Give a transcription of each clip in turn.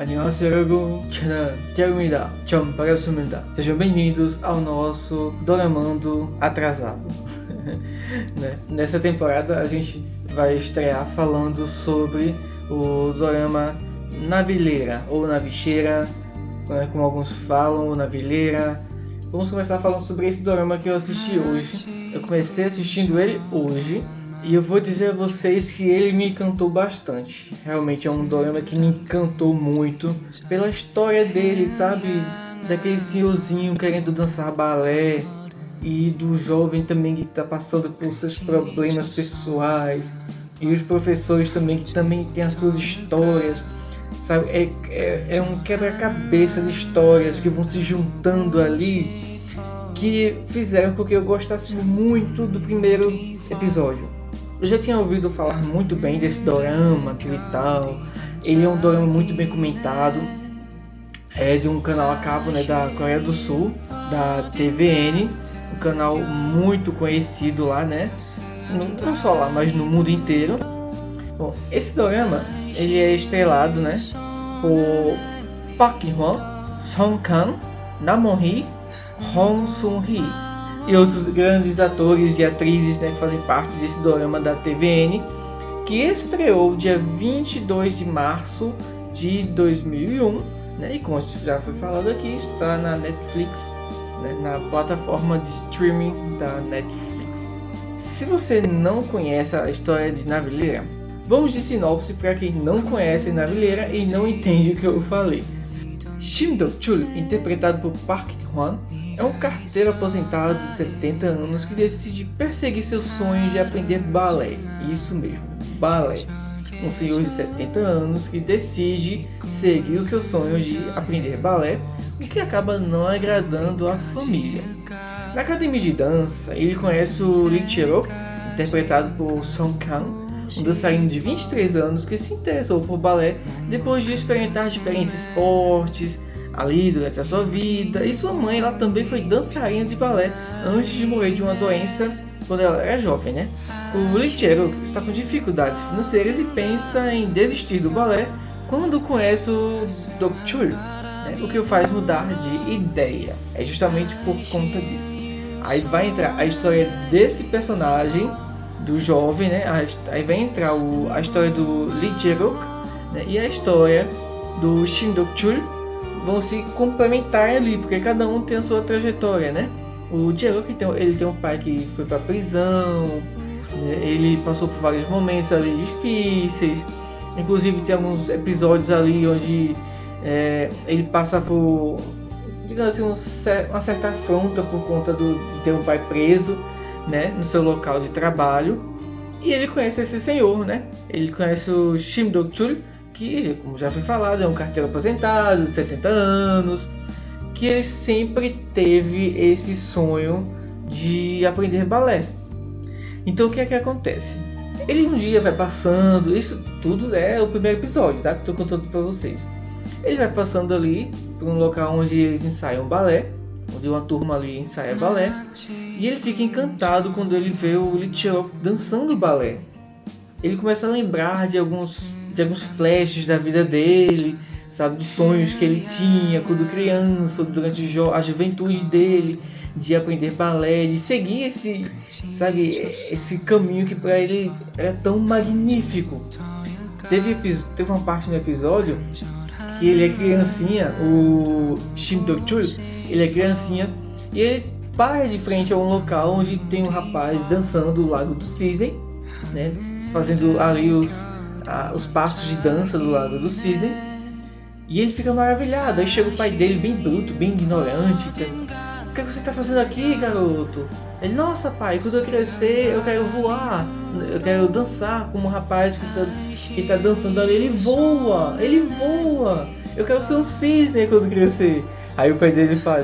안녕하세요 여러분, 저는 Thiago입니다. 좀 반갑습니다. Sejam bem-vindos ao nosso Doramando Atrasado. Nessa temporada a gente vai estrear falando sobre o dorama Navileira, ou Navicheira, como alguns falam, ou Navileira. Vamos começar falando sobre esse dorama que eu assisti hoje. Eu comecei assistindo ele hoje. E eu vou dizer a vocês que ele me encantou bastante. Realmente é um dorama que me encantou muito pela história dele, sabe? Daquele senhorzinho querendo dançar balé e do jovem também que está passando por seus problemas pessoais e os professores também que também têm as suas histórias, sabe? É um quebra-cabeça de histórias que vão se juntando ali que fizeram com que eu gostasse muito do primeiro episódio. Eu já tinha ouvido falar muito bem desse dorama, aquele tal. Ele é um dorama muito bem comentado. É de um canal a cabo, né, da Coreia do Sul, da TVN. Um canal muito conhecido lá, né? Não só lá, mas no mundo inteiro. Bom, esse dorama, ele é estrelado, né, por Park Ji-won, Song Kang, Namon-hee, Hong Sun-hee e outros grandes atores e atrizes, né, que fazem parte desse dorama da TVN, que estreou dia 22 de março de 2001, né, e como já foi falado aqui, está na Netflix, né, na plataforma de streaming da Netflix. Se você não conhece a história de Navileira, vamos de sinopse para quem não conhece Navileira e não entende o que eu falei. Shim Dok-chul, interpretado por Park Ji-won, é um carteiro aposentado de 70 anos que decide perseguir seu sonho de aprender balé. Isso mesmo, balé. Um senhor de 70 anos que decide seguir o seu sonho de aprender balé, o que acaba não agradando a família. Na academia de dança, ele conhece o Lee Chae-rok, interpretado por Song Kang, um dançarino de 23 anos que se interessou por balé depois de experimentar diferentes esportes ali durante a sua vida, e sua mãe, ela também foi dançarina de balé antes de morrer de uma doença quando ela era jovem, né? O Lee Chae-rok está com dificuldades financeiras e pensa em desistir do balé quando conhece o Dok-chul, né? O que o faz mudar de ideia. É justamente por conta disso. Aí vai entrar a história desse personagem, do jovem, né? Aí vai entrar a história do Lee Chae-rok, né? E a história do Shim Dok-chul vão se complementar ali, porque cada um tem a sua trajetória, né? O Chae-rok, ele tem um pai que foi pra prisão, né? Ele passou por vários momentos ali difíceis, inclusive tem alguns episódios ali onde ele passa por, digamos assim, uma certa afronta por conta de ter um pai preso, né, no seu local de trabalho, e ele conhece esse senhor, né? Ele conhece o Shim Dok-chul, que, como já foi falado, é um carteiro aposentado de 70 anos, que ele sempre teve esse sonho de aprender balé. Então o que é que acontece? Ele um dia vai passando, isso tudo é o primeiro episódio, tá? Que eu tô contando para vocês. Ele vai passando ali por um local onde eles ensaiam balé, onde uma turma ali ensaia balé, e ele fica encantado quando ele vê o Lee Chae-rok dançando balé. Ele começa a lembrar de alguns flashes da vida dele, sabe, dos sonhos que ele tinha quando criança, durante a juventude dele, de aprender balé, de seguir esse caminho que para ele era tão magnífico. Teve uma parte no episódio que ele é criancinha, o Shim Dok-chul, ele é criancinha e ele para de frente a um local onde tem um rapaz dançando o Lago do Cisne, né, fazendo ali os passos de dança do Lago do Cisne, e ele fica maravilhado. Aí chega o pai dele bem bruto, bem ignorante, pergunta: o que você está fazendo aqui, garoto? Ele: nossa pai, quando eu crescer eu quero voar, eu quero dançar como um rapaz que tá dançando ali. Ele voa, eu quero ser um cisne quando crescer. Aí o pai dele faz: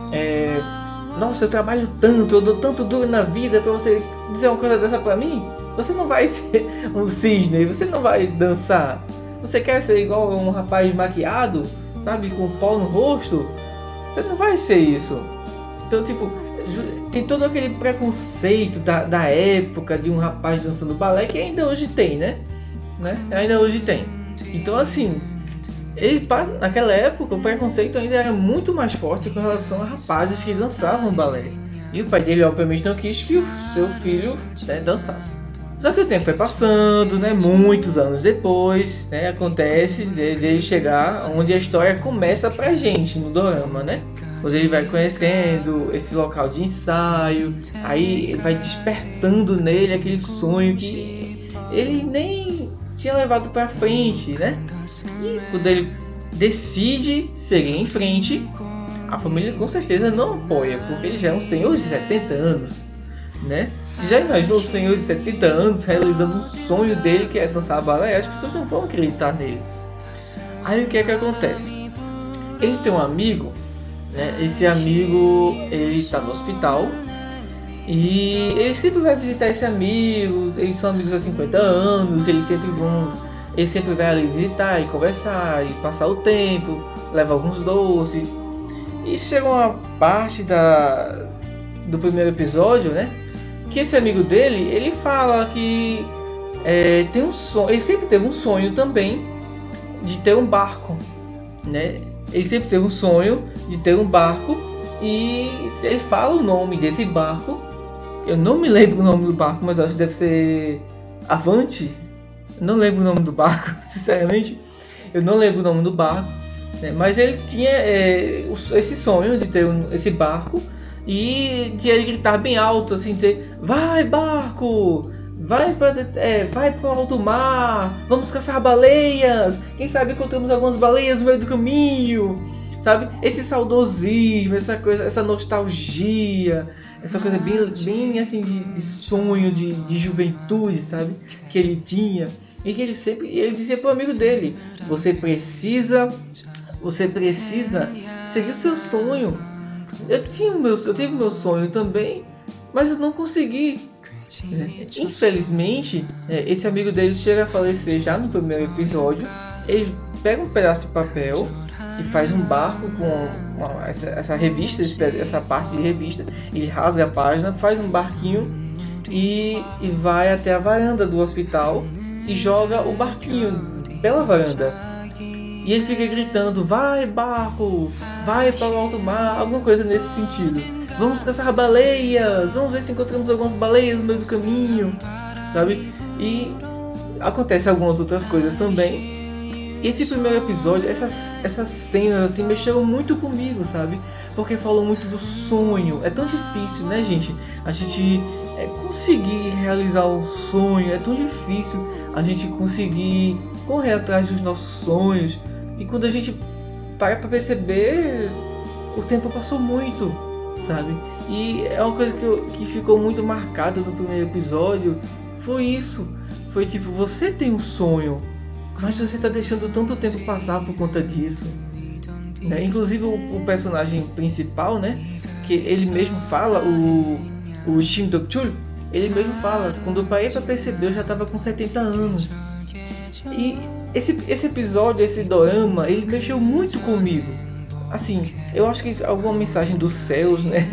nossa, eu trabalho tanto, eu dou tanto duro na vida pra você dizer uma coisa dessa pra mim? Você não vai ser um cisne, você não vai dançar. Você quer ser igual a um rapaz maquiado, sabe, com pó no rosto? Você não vai ser isso. Então, tipo, tem todo aquele preconceito da época de um rapaz dançando balé que ainda hoje tem, né? Ainda hoje tem. Então, assim, naquela época o preconceito ainda era muito mais forte com relação a rapazes que dançavam balé. E o pai dele obviamente não quis que o seu filho, né, dançasse. Só que o tempo foi passando, né, muitos anos depois, né, acontece dele chegar onde a história começa pra gente no dorama, né? Quando ele vai conhecendo esse local de ensaio, aí vai despertando nele aquele sonho que ele nem tinha levado pra frente, né? E quando ele decide seguir em frente, a família com certeza não apoia, porque ele já é um senhor de 70 anos, né? Já imaginou o senhor de 70 anos realizando um sonho dele, que é dançar balé? As pessoas não vão acreditar nele. Aí o que é que acontece? Ele tem um amigo, né? Esse amigo, ele está no hospital e ele sempre vai visitar esse amigo. Eles são amigos há 50 anos, ele sempre vai ali visitar e conversar e passar o tempo, leva alguns doces. E chega uma parte do primeiro episódio, né? Que esse amigo dele, ele fala que tem um sonho. Ele sempre teve um sonho também de ter um barco, né? Ele sempre teve um sonho de ter um barco e ele fala o nome desse barco. Eu não me lembro o nome do barco, mas eu acho que deve ser Avante. Não lembro o nome do barco, sinceramente. Eu não lembro o nome do barco, né? Mas ele tinha esse sonho de ter esse barco e de ele gritar bem alto, assim, dizer: vai barco, vai para o alto mar, vamos caçar baleias, quem sabe encontramos algumas baleias no meio do caminho, sabe? Esse saudosismo, essa coisa, essa nostalgia, essa coisa bem assim de sonho, de juventude, sabe? Que ele tinha. E que ele dizia pro amigo dele: você precisa seguir o seu sonho. Eu tive meu sonho também, mas eu não consegui. Infelizmente, esse amigo dele chega a falecer já no primeiro episódio. Ele pega um pedaço de papel e faz um barco com essa revista, essa parte de revista. Ele rasga a página, faz um barquinho e vai até a varanda do hospital e joga o barquinho pela varanda. E ele fica gritando: vai barco, vai para o alto mar, alguma coisa nesse sentido. Vamos caçar baleias, vamos ver se encontramos algumas baleias no meio do caminho, sabe? E acontece algumas outras coisas também. E esse primeiro episódio, essas cenas assim mexeram muito comigo, sabe? Porque falou muito do sonho. É tão difícil, né, gente? A gente conseguir realizar um sonho. É tão difícil a gente conseguir correr atrás dos nossos sonhos. E quando a gente para pra perceber, o tempo passou muito, sabe? E é uma coisa que ficou muito marcada no primeiro episódio. Foi isso. Foi tipo, você tem um sonho, mas você está deixando tanto tempo passar por conta disso, né? Inclusive o personagem principal, né? Que ele mesmo fala, o Shin Dok-chul, ele mesmo fala: quando eu parei para perceber, eu já estava com 70 anos. E esse episódio, esse dorama, ele mexeu muito comigo. Assim, eu acho que alguma mensagem dos céus, né?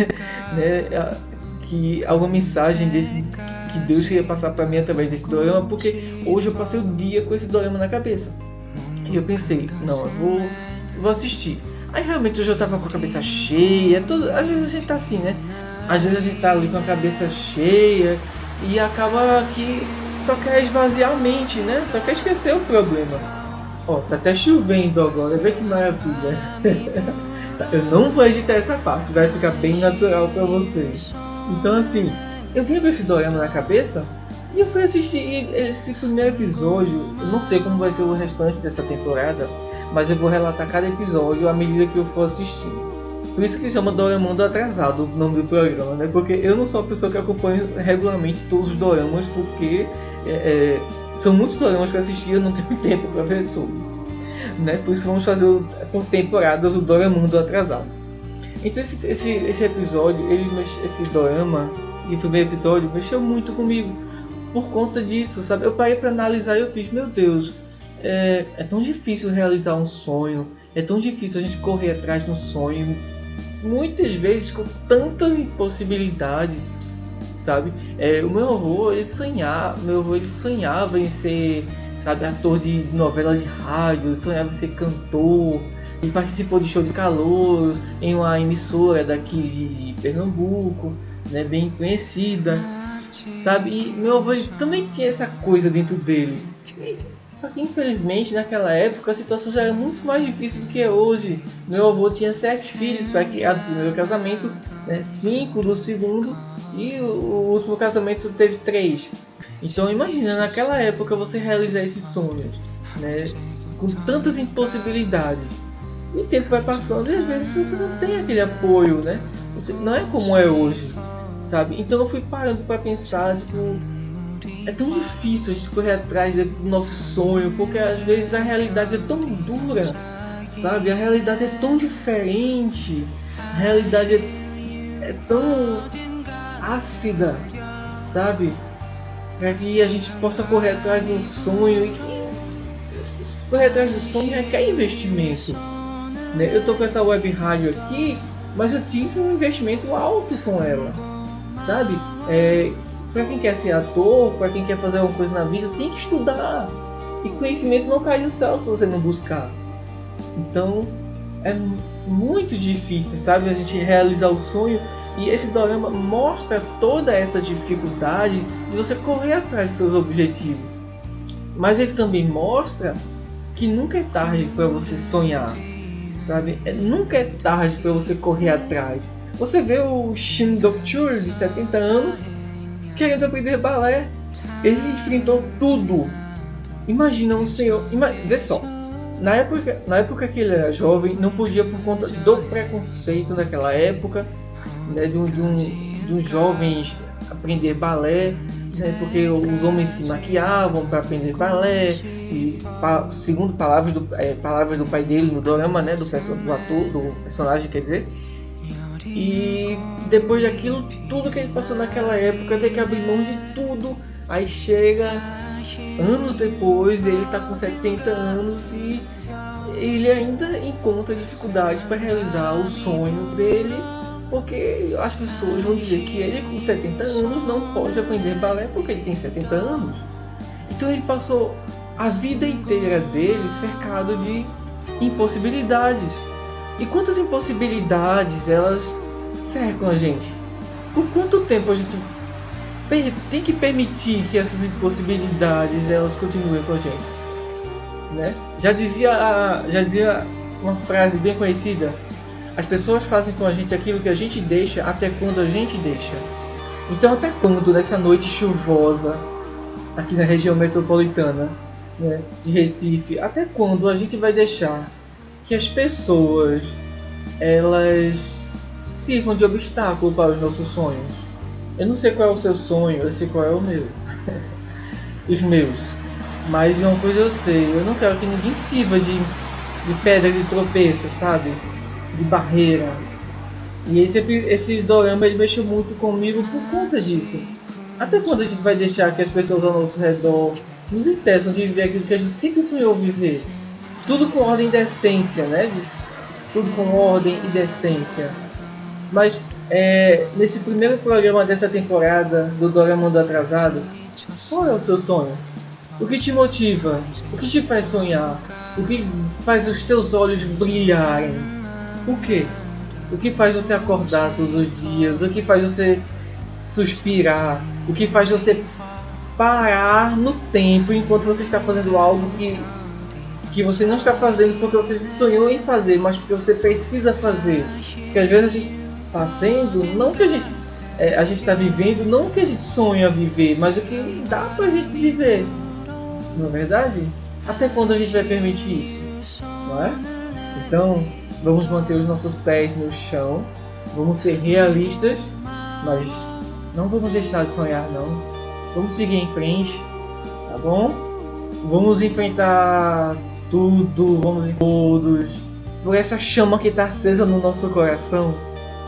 Que alguma mensagem que Deus queria passar para mim através desse dorama, porque hoje eu passei o dia com esse dorama na cabeça. E eu pensei: não, eu vou assistir. Aí realmente eu já tava com a cabeça cheia. Às vezes a gente tá assim, né? Às vezes a gente tá ali com a cabeça cheia e acaba que só quer esvaziar a mente, né? Só quer esquecer o problema. Ó, tá até chovendo agora, vê que maravilha. Eu não vou editar essa parte, vai ficar bem natural pra vocês. Então assim, eu vim com esse dorama na cabeça e eu fui assistir esse primeiro episódio. Eu não sei como vai ser o restante dessa temporada, mas eu vou relatar cada episódio à medida que eu for assistindo. Por isso que se chama Doramando Atrasado, o nome do programa, né? Porque eu não sou a pessoa que acompanha regularmente todos os doramas, porque são muitos doramas que eu assisti e eu não tenho tempo para ver tudo, né? Por isso vamos fazer por temporadas o Doramando Atrasado. Então esse episódio, esse dorama e o primeiro episódio mexeu muito comigo por conta disso, sabe? Eu parei para analisar e eu fiz: meu Deus, é tão difícil realizar um sonho, é tão difícil a gente correr atrás de um sonho, muitas vezes com tantas impossibilidades, sabe? O meu avô ele sonhava em ser, sabe, ator de novelas de rádio, sonhava ser cantor, e participou de show de calouros em uma emissora daqui de Pernambuco, né, bem conhecida, sabe, e meu avô também tinha essa coisa dentro dele. Só que infelizmente naquela época a situação já era muito mais difícil do que é hoje. Meu avô tinha 7 filhos, foi criado no primeiro casamento, né, 5 do segundo, e o último casamento teve 3. Então imagina, naquela época você realizar esses sonhos, né, com tantas impossibilidades. E o tempo vai passando e às vezes você não tem aquele apoio, né? Você, não é como é hoje, sabe? Então eu fui parando para pensar, tipo, é tão difícil a gente correr atrás do nosso sonho, porque às vezes a realidade é tão dura, sabe? A realidade é tão diferente, a realidade é tão ácida, sabe? Para que a gente possa correr atrás do sonho, e que correr atrás do sonho requer investimento, né? Eu tô com essa web rádio aqui, mas eu tive um investimento alto com ela, sabe? Para quem quer ser ator, para quem quer fazer alguma coisa na vida, tem que estudar. E conhecimento não cai do céu se você não buscar. Então é muito difícil, sabe, a gente realizar o sonho. E esse dorama mostra toda essa dificuldade de você correr atrás dos seus objetivos. Mas ele também mostra que nunca é tarde para você sonhar, sabe? Nunca é tarde para você correr atrás. Você vê o Shin Dok-chul, de 70 anos, querendo aprender balé. Ele enfrentou tudo. Imagina um senhor... Vê só. Na época que ele era jovem, não podia por conta do preconceito naquela época, né, de uns jovens aprender balé, né, porque os homens se maquiavam para aprender balé, e, segundo palavras do pai dele no dorama, né, do personagem, quer dizer. E depois daquilo, tudo que ele passou naquela época, tem que abrir mão de tudo. Aí chega anos depois, ele está com 70 anos e ele ainda encontra dificuldades para realizar o sonho dele, porque as pessoas vão dizer que ele com 70 anos não pode aprender balé porque ele tem 70 anos. Então ele passou a vida inteira dele cercado de impossibilidades. E quantas impossibilidades elas cercam a gente? Por quanto tempo a gente tem que permitir que essas impossibilidades elas continuem com a gente, né? Já dizia uma frase bem conhecida: as pessoas fazem com a gente aquilo que a gente deixa até quando a gente deixa. Então até quando nessa noite chuvosa aqui na região metropolitana, né, de Recife, até quando a gente vai deixar que as pessoas elas sirvam de obstáculo para os nossos sonhos? Eu não sei qual é o seu sonho, eu sei qual é o meu. Os meus. Mas de uma coisa eu sei, eu não quero que ninguém sirva de pedra de tropeço, sabe? De barreira. E esse dorama ele mexeu muito comigo por conta disso. Até quando a gente vai deixar que as pessoas ao nosso redor nos impeçam de viver aquilo que a gente sempre sonhou viver? Tudo com ordem e decência, né? Tudo com ordem e decência. Mas nesse primeiro programa dessa temporada do Doramundo Atrasado, qual é o seu sonho? O que te motiva? O que te faz sonhar? O que faz os teus olhos brilharem? O quê? O que faz você acordar todos os dias? O que faz você suspirar? O que faz você parar no tempo enquanto você está fazendo algo que você não está fazendo porque você sonhou em fazer, mas porque você precisa fazer? Porque às vezes a gente está sendo, não que a gente está vivendo, não o que a gente sonha viver, mas o que dá pra gente viver. Não é verdade? Até quando a gente vai permitir isso? Não é? Então, vamos manter os nossos pés no chão, vamos ser realistas, mas não vamos deixar de sonhar, não. Vamos seguir em frente, tá bom? Vamos enfrentar tudo, vamos em todos, por essa chama que está acesa no nosso coração.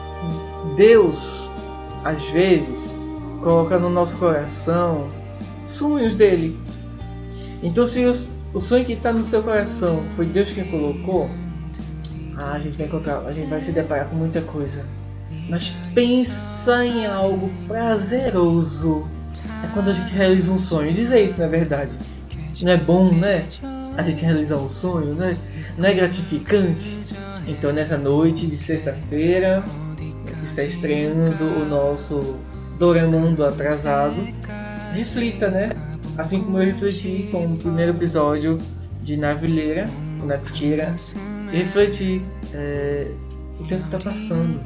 Deus, às vezes, coloca no nosso coração sonhos dele. Então, se o sonho que está no seu coração foi Deus quem colocou, a gente vai se deparar com muita coisa. Mas pensa em algo prazeroso. É quando a gente realiza um sonho. Dizer isso, na verdade. Não é bom, né? A gente realizar um sonho, né? Não é gratificante? Então nessa noite de sexta-feira está estreando o nosso Doraemon atrasado. Reflita, né? Assim como eu refleti com o primeiro episódio de Navilheira, refleti, o tempo está passando.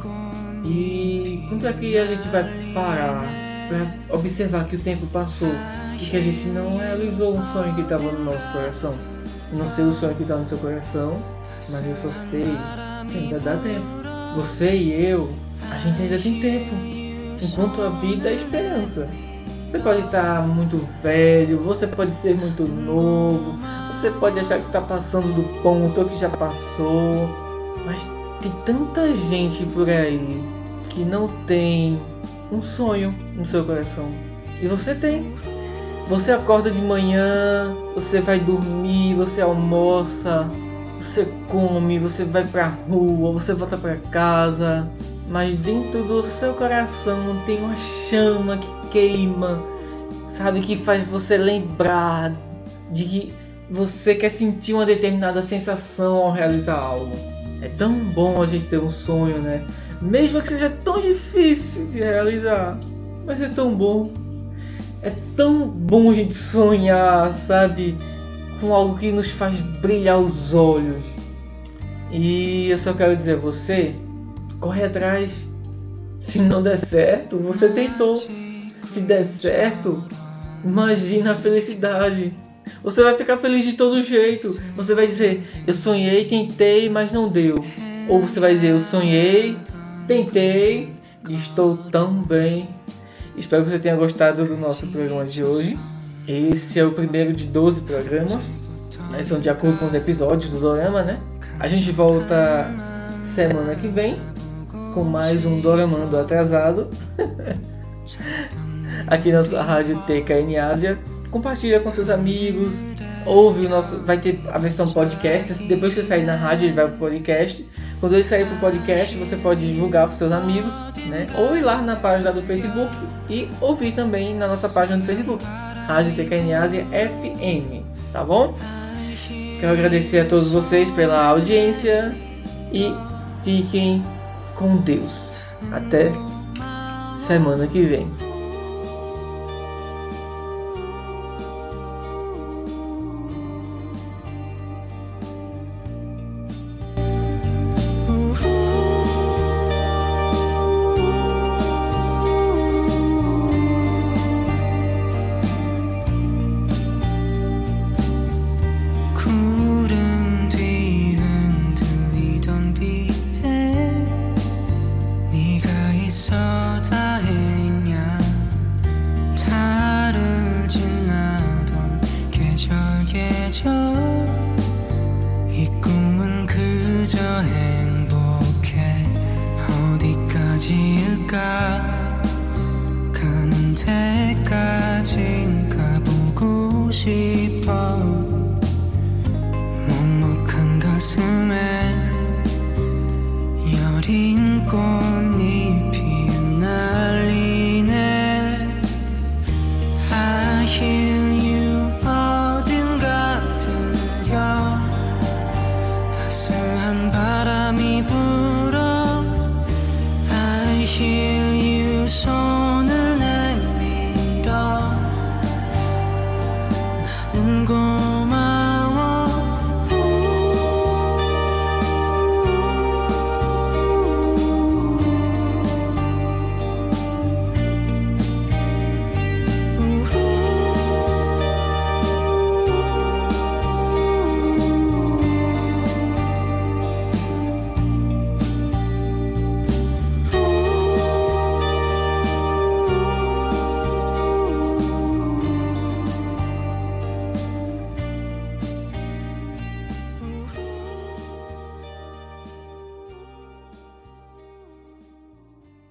E quando é que a gente vai parar para observar que o tempo passou e que a gente não realizou um sonho que estava no nosso coração? Eu não sei o sonho que está no seu coração, mas eu só sei que ainda dá tempo. Você e eu, a gente ainda tem tempo. Enquanto a vida é esperança. Você pode estar muito velho, você pode ser muito novo, você pode achar que está passando do ponto ou que já passou, mas tem tanta gente por aí que não tem um sonho no seu coração. E você tem. Você acorda de manhã, você vai dormir, você almoça, você come, você vai pra rua, você volta pra casa, mas dentro do seu coração tem uma chama que queima, sabe, que faz você lembrar de que você quer sentir uma determinada sensação ao realizar algo. É tão bom a gente ter um sonho, né? Mesmo que seja tão difícil de realizar, mas é tão bom. É tão bom a gente sonhar, sabe? Com algo que nos faz brilhar os olhos. E eu só quero dizer a você, corre atrás. Se não der certo, você tentou. Se der certo, imagina a felicidade. Você vai ficar feliz de todo jeito. Você vai dizer, eu sonhei, tentei, mas não deu. Ou você vai dizer, eu sonhei, tentei e estou tão bem. Espero que você tenha gostado do nosso programa de hoje. Esse é o primeiro de 12 programas. São de acordo com os episódios do Dorama, né? A gente volta semana que vem com mais um Doramando atrasado. Aqui na sua rádio TKN Ásia. Compartilha com seus amigos. Ouve o nosso. Vai ter a versão podcast. Depois que você sair na rádio, ele vai pro podcast. Quando ele sair pro podcast, você pode divulgar para seus amigos, né? Ou ir lá na página do Facebook e ouvir também na nossa página do Facebook, Rádio TKN Ásia FM, tá bom? Quero agradecer a todos vocês pela audiência e fiquem com Deus. Até semana que vem. 이 꿈은 그저 행복해 어디까지일까 가는 데까진 가보고 싶어 먹먹한 가슴에 여린 꽃잎이 날리네 I hear you 어딘가 들려 따스한 바람이 불어 I hear